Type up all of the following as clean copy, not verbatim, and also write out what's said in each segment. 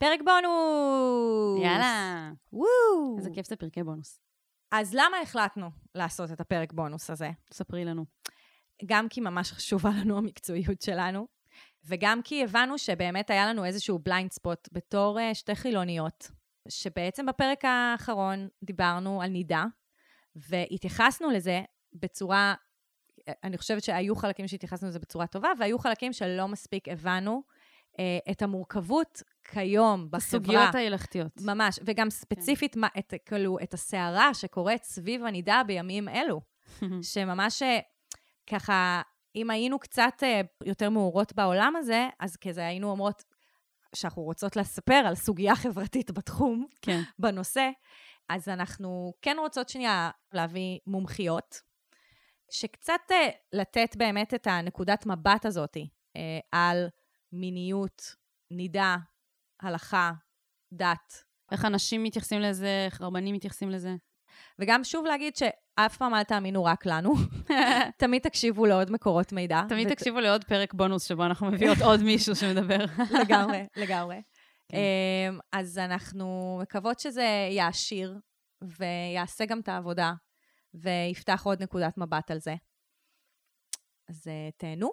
פרק בונוס! יאללה! וואו! איזה כיף זה פרקי בונוס. אז למה החלטנו לעשות את הפרק בונוס הזה? ספרי לנו. גם כי ממש חשובה לנו המקצועיות שלנו, וגם כי הבנו שבאמת היה לנו איזשהו בליינד ספוט בתור שתי חילוניות, שבעצם בפרק האחרון דיברנו על נידה, והתייחסנו לזה בצורה, אני חושבת שהיו חלקים שהתייחסנו לזה בצורה טובה, והיו חלקים שלא מספיק הבנו את המורכבות כיום בחברה. הסוגיות ההלכתיות. ממש, וגם ספציפית את הסערה שקורית סביב הנידה בימים אלו, שממש ככה, אם היינו קצת יותר מאורות בעולם הזה, אז כזה היינו אומרות שאנחנו רוצות לספר על סוגיה חברתית בתחום, כן. בנושא, אז אנחנו כן רוצות שנייה להביא מומחיות, שקצת לתת באמת את הנקודת מבט הזאת על מיניות, נידה, הלכה, דת. איך אנשים מתייחסים לזה, איך רבנים מתייחסים לזה. וגם שוב להגיד שאף פעם אל תאמינו רק לנו. תמיד תקשיבו לעוד מקורות מידע. תמיד תקשיבו לעוד פרק בונוס שבו אנחנו מביאות עוד מישהו שמדבר. לגמרי, לגמרי. אז אנחנו מקוות שזה יעשיר, ויעשה גם את העבודה, ויפתח עוד נקודת מבט על זה. אז תהנו.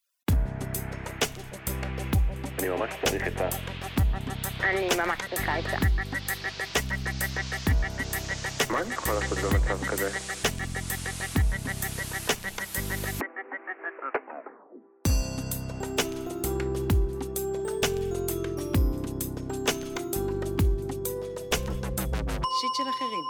אני ממש צריך את ה... אני ממש צריכה את זה. מה אני יכול לעשות במצב כזה? שיט של אחרים.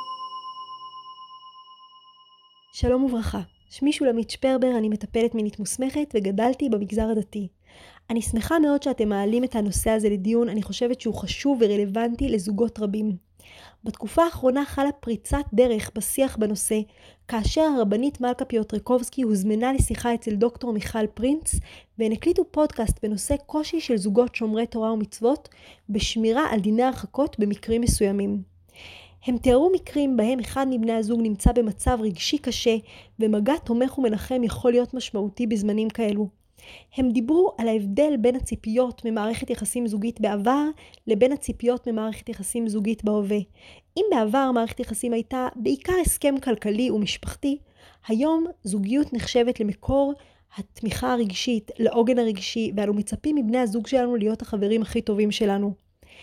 שלום וברכה, שמי שולמית שפרבר, אני מטפלת מינית מוסמכת וגדלתי במגזר הדתי. אני שמחה מאוד שאתם מעלים את הנושא הזה לדיון, אני חושבת שהוא חשוב ורלוונטי לזוגות רבים. בתקופה האחרונה חלה פריצת דרך בשיח בנושא, כאשר הרבנית מלכה פיוטרקובסקי הוזמנה לשיחה אצל דוקטור מיכל פרינץ, והן הקליטו פודקאסט בנושא קושי של זוגות שומרי תורה ומצוות, בשמירה על דיני הרחקות במקרים מסוימים. הם תיארו מקרים בהם אחד מבני הזוג נמצא במצב רגשי קשה, ומגע תומך ומנחם יכול להיות משמעותי בזמנים כאלו. הם דיברו על ההבדל בין הציפיות ממערכת יחסים זוגית בעבר, לבין הציפיות ממערכת יחסים זוגית בהווה. אם בעבר מערכת יחסים הייתה בעיקר הסכם כלכלי ומשפחתי, היום זוגיות נחשבת למקור התמיכה הרגשית, לעוגן הרגשי, ואנו מצפים מבני הזוג שלנו להיות החברים הכי טובים שלנו.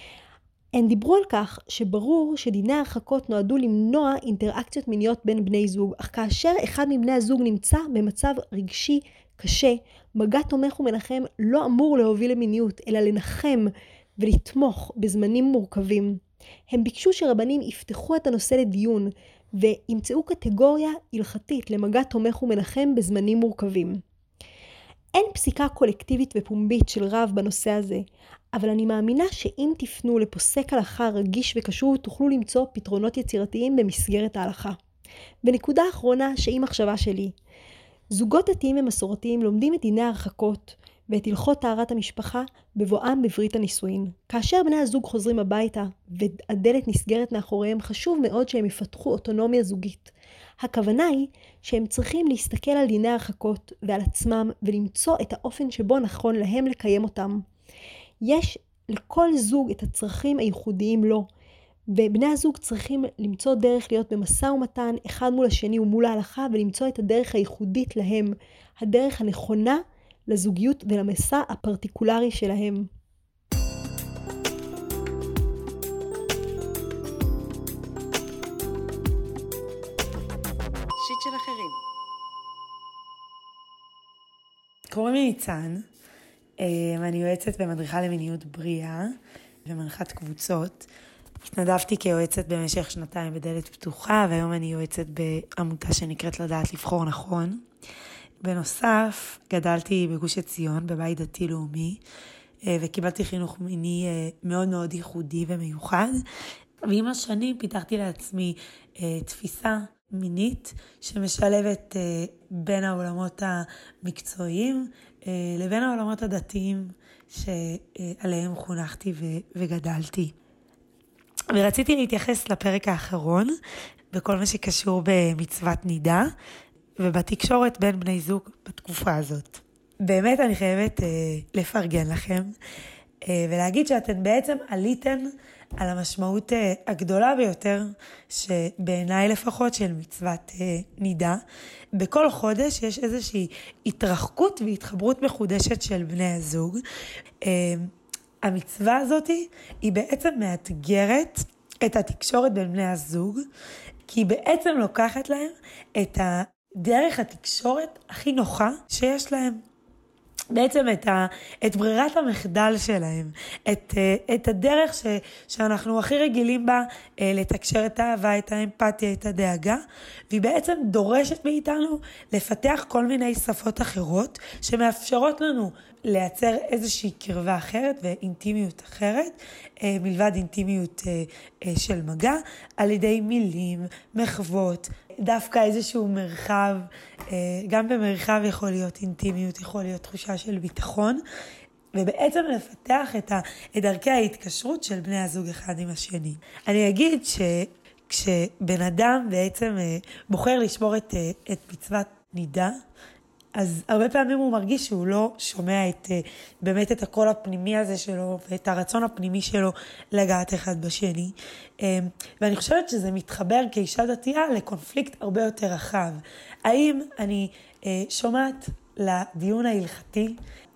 הם דיברו על כך שברור שדיני ההרחקות נועדו למנוע אינטראקציות מיניות בין בני זוג, אך כאשר אחד מבני הזוג נמצא במצב רגשי קשה, מגע תומך ומנחם לא אמור להוביל למיניות, אלא לנחם ולתמוך בזמנים מורכבים. הם ביקשו שרבנים יפתחו את הנושא לדיון, וימצאו קטגוריה הלכתית למגע תומך ומנחם בזמנים מורכבים. אין פסיקה קולקטיבית ופומבית של רב בנושא הזה, אבל אני מאמינה שאם תפנו לפוסק הלכה רגיש וקשור, תוכלו למצוא פתרונות יצירתיים במסגרת ההלכה. בנקודה האחרונה שהיא מחשבה שלי, זוגות דתיים ומסורתיים לומדים את דיני ההרחקות ואת הלכות טהרת המשפחה בבואם בברית הנישואין. כאשר בני הזוג חוזרים הביתה והדלת נסגרת מאחוריהם, חשוב מאוד שהם יפתחו אוטונומיה זוגית. הכוונה היא שהם צריכים להסתכל על דיני ההרחקות ועל עצמם ולמצוא את האופן שבו נכון להם לקיים אותם. יש לכל זוג את הצרכים הייחודיים לו, ובני הזוג צריכים למצוא דרך להיות במשא ומתן אחד מול השני ומול ההלכה, ולמצוא את הדרך הייחודית להם, הדרך הנכונה לזוגיות ולמסע הפרטיקולרי שלהם. שיט של אחרים. קוראים לי ניצן, אני יועצת ומדריכה למיניות בריאה ומנחת קבוצות. התנדבתי כיועצת במשך 2 בדלת פתוחה, והיום אני יועצת בעמותה שנקראת לדעת לבחור נכון. בנוסף, גדלתי בגוש עציון, בבית דתי לאומי, וקיבלתי חינוך מיני מאוד מאוד ייחודי ומיוחד. ועם השנים פיתחתי לעצמי תפיסה מינית שמשלבת בין העולמות המקצועיים לבין העולמות הדתיים שעליהם חונכתי וגדלתי. ורציתי להתייחס לפרק האחרון בכל מה שקשור במצוות נידה ובתקשורת בין בני זוג בתקופה הזאת. באמת אני חייבת לפרגן לכם. ולהגיד שאתן בעצם עליתן על המשמעות הגדולה ביותר, שבעיניי לפחות של מצוות נידה. בכל חודש יש איזושהי התרחקות והתחברות מחודשת של בני הזוג. המצווה הזאת היא בעצם מאתגרת את התקשורת בין בני הזוג, כי היא בעצם לוקחת להם את דרך התקשורת הכי נוחה שיש להם. בעצם את ברירת המחדל שלהם, את הדרך שאנחנו הכי רגילים בה לתקשר את האהבה, את האמפתיה, את הדאגה, והיא בעצם דורשת מאיתנו לפתח כל מיני שפות אחרות שמאפשרות לנו לייצר איזושהי קרבה אחרת ואינטימיות אחרת, מלבד אינטימיות של מגע, על ידי מילים, מחוות, דווקא איזשהו מרחב, גם במרחב יכול להיות אינטימיות, יכול להיות תחושה של ביטחון, ובעצם לפתח את דרכי ההתקשרות של בני הזוג אחד עם השני. אני אגיד שכשבן אדם בעצם בוחר לשמור את מצוות נידה, אז הרבה פעמים הוא מרגיש שהוא לא שומע באמת את הקול הפנימי הזה שלו, ואת הרצון הפנימי שלו לגעת אחד בשני. ואני חושבת שזה מתחבר כאישה דתייה לקונפליקט הרבה יותר רחב. האם אני שומעת לדיון ההלכתי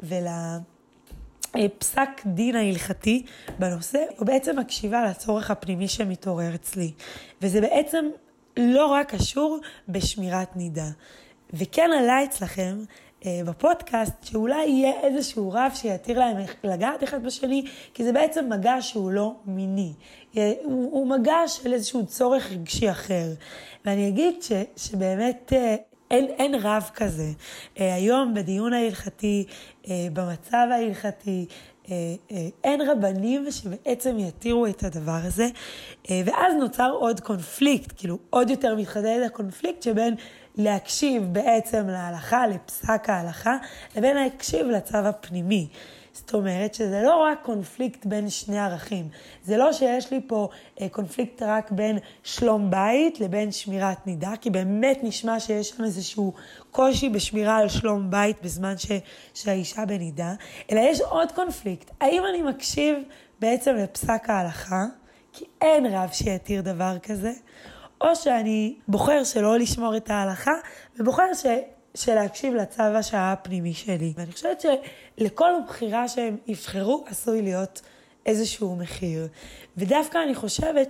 ולפסק דין ההלכתי בנושא, או בעצם מקשיבה לצורך הפנימי שמתעורר אצלי. וזה בעצם לא רק קשור בשמירת נידה. וכן עלה אצלכם בפודקאסט שאולי יהיה איזשהו רב שיתיר להם לגעת אחד בשני, כי זה בעצם מגע שהוא לא מיני. הוא מגע של איזשהו צורך רגשי אחר. ואני אגיד שבאמת אין רב כזה. היום בדיון ההלכתי, במצב ההלכתי, אין רבנים שבעצם יתירו את הדבר הזה. ואז נוצר עוד קונפליקט, כאילו עוד יותר מתחדד הקונפליקט שבין להקשיב בעצם להלכה, לפסק ההלכה, לבין להקשיב לצו הפנימי. זאת אומרת שזה לא רק קונפליקט בין שני ערכים. זה לא שיש לי פה קונפליקט רק בין שלום בית לבין שמירת נידה, כי באמת נשמע שיש שם איזשהו קושי בשמירה על שלום בית בזמן שהאישה בנידה, אלא יש עוד קונפליקט. האם אני מקשיב בעצם לפסק ההלכה, כי אין רב שיתיר דבר כזה, או שאני בוחר שלא לשמור את ההלכה, ובוחר שלהקשיב לצו השעה הפנימי שלי. ואני חושבת שלכל בחירה שהם יבחרו עשוי להיות איזשהו מחיר. ודווקא אני חושבת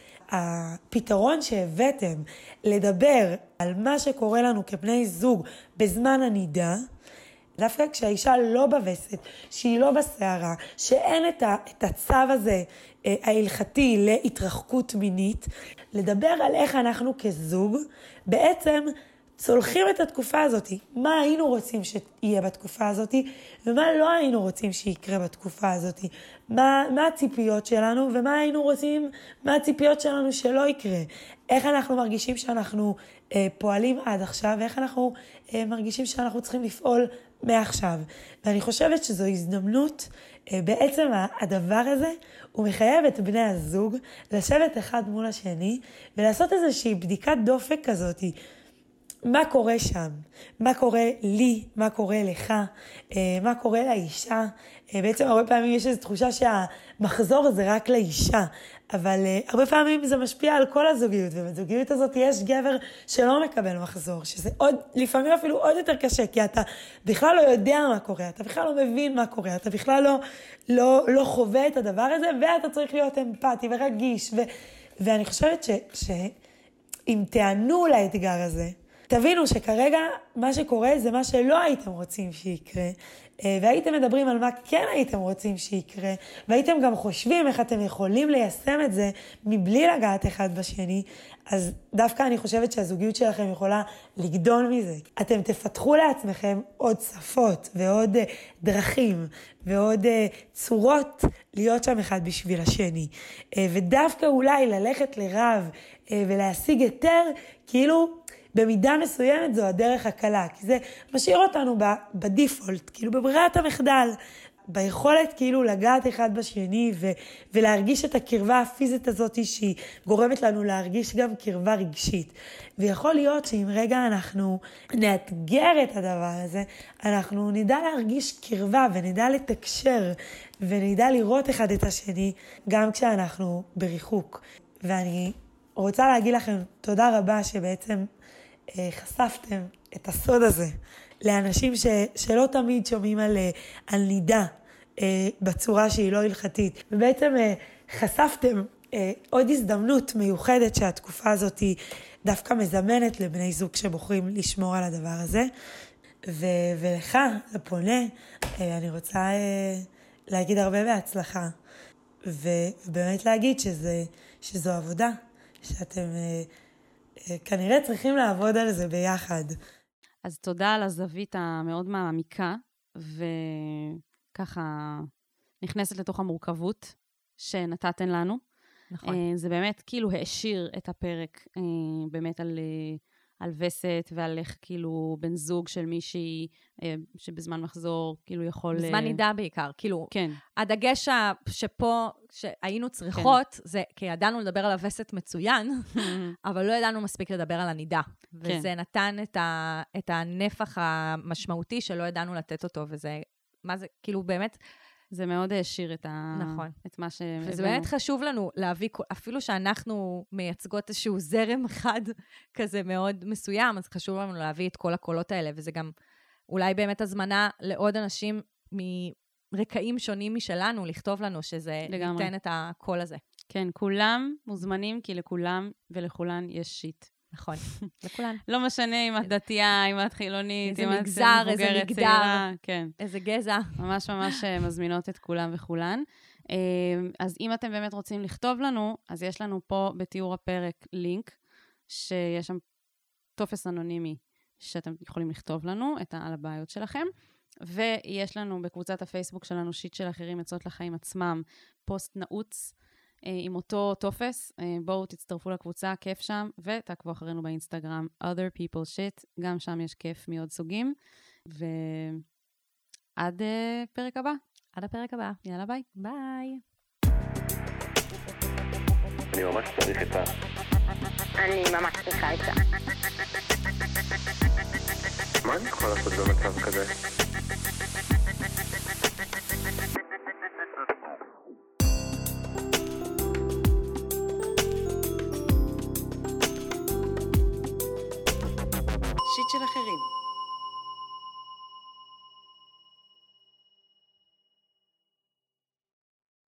שהפתרון שהבאתם לדבר על מה שקורה לנו כבני זוג בזמן הנידה, דווקא כשהאישה לא בווסת, שהיא לא בסערה, שאין את הצו הזה ההלכתי להתרחקות מינית, לדבר על איך אנחנו כזוג בעצם צולחים את התקופה הזאת. מה היינו רוצים שיהיה בתקופה הזאת, ומה לא היינו רוצים שיקרה בתקופה הזאת. מה הציפיות שלנו, ומה היינו רוצים, מה הציפיות שלנו שלא יקרה. איך אנחנו מרגישים שאנחנו פועלים עד עכשיו, ואיך אנחנו מרגישים שאנחנו צריכים לפעול מעכשיו. ואני חושבת שזו הזדמנות, בעצם הדבר הזה הוא מחייב את בני הזוג לשבת אחד מול השני, ולעשות איזושהי בדיקת דופק כזאת. מה קורה שם? מה קורה לי? מה קורה לך? מה קורה לאישה? בעצם הרבה פעמים יש איזו תחושה שהמחזור זה רק לאישה, אבל הרבה פעמים זה משפיע על כל הזוגיות, ובזוגיות הזאת יש גבר שלא מקבל מחזור, שזה לפעמים אפילו עוד יותר קשה, כי אתה בכלל לא יודע מה קורה, אתה בכלל לא מבין מה קורה, אתה בכלל לא חווה את הדבר הזה, ואתה צריך להיות אמפתי ורגיש, ואני חושבת שאם תענו לאתגר הזה, תבינו שכרגע מה שקורה זה מה שלא הייתם רוצים שיקרה, והייתם מדברים על מה כן הייתם רוצים שיקרה, והייתם גם חושבים איך אתם יכולים ליישם את זה מבלי לגעת אחד בשני, אז דווקא אני חושבת שהזוגיות שלכם יכולה לגדול מזה. אתם תפתחו לעצמכם עוד שפות ועוד דרכים ועוד צורות להיות שם אחד בשביל השני. ודווקא אולי ללכת לרב ולהשיג היתר, כאילו במידה מסוימת זו הדרך הקלה, כי זה משאיר אותנו בדיפולט, כאילו בברירת המחדל. ביכולת כאילו לגעת אחד בשני ולהרגיש את הקרבה הפיזית הזאת שהיא גורמת לנו להרגיש גם קרבה רגשית. ויכול להיות שאם רגע אנחנו נאתגר את הדבר הזה, אנחנו נדע להרגיש קרבה ונדע לתקשר ונדע לראות אחד את השני גם כשאנחנו בריחוק. ואני רוצה להגיד לכם תודה רבה שבעצם חשפתם את הסוד הזה לאנשים שלא תמיד שומעים על נידה בצורה שהיא לא הלכתית. ובעצם חשפתם עוד הזדמנות מיוחדת שהתקופה הזאת היא דווקא מזמנת לבני זוג שבוחרים לשמור על הדבר הזה. ולך, לפונה, אני רוצה להגיד הרבה בהצלחה. ובאמת להגיד שזו עבודה, שאתם כנראה צריכים לעבוד על זה ביחד. אז תודה על הזווית המאוד מעמיקה, וככה נכנסת לתוך המורכבות שנתתן לנו. נכון. זה באמת כאילו העשיר את הפרק, באמת על וסת ועל איך כאילו בן זוג של מישהי שבזמן מחזור כאילו יכול... בזמן נידה בעיקר, כאילו, כן. הדגש שפה, שהיינו צריכות, זה כי ידענו לדבר על הווסת מצוין, אבל לא ידענו מספיק לדבר על הנידה. וזה נתן את הנפח המשמעותי שלא ידענו לתת אותו, וזה, מה זה, כאילו באמת... זה מאוד העשיר נכון. את מה שהבאנו. וזה באמת חשוב לנו להביא, אפילו שאנחנו מייצגות איזשהו זרם אחד כזה מאוד מסוים, אז חשוב לנו להביא את כל הקולות האלה, וזה גם אולי באמת הזמנה לעוד אנשים מרקעים שונים משלנו, לכתוב לנו שזה לגמרי. ניתן את הקול הזה. כן, כולם מוזמנים, כי לכולם ולכולן יש שיט. נכון, לכולן. לא משנה אם את דתייה, אם את חילונית, איזה מגזר, איזה מגדר, כן. איזה גזע. ממש ממש מזמינות את כולם וכולן. אז אם אתם באמת רוצים לכתוב לנו, אז יש לנו פה בתיאור הפרק לינק, שיש שם טופס אנונימי, שאתם יכולים לכתוב לנו על הבעיות שלכם, ויש לנו בקבוצת הפייסבוק שלנו, שיט של אחרים יוצאות לחיים עצמם, פוסט נעוץ, עם אותו טופס, בואו תצטרפו לקבוצה, כיף שם, ותעקבו אחרינו באינסטגרם, other people shit, גם שם יש כיף מעוד סוגים, ועד פרק הבא. עד הפרק הבא. יאללה ביי. ביי. אני ממש צריך את אני ממש צריכה את זה. מה אני יכול לעשות במצב כזה?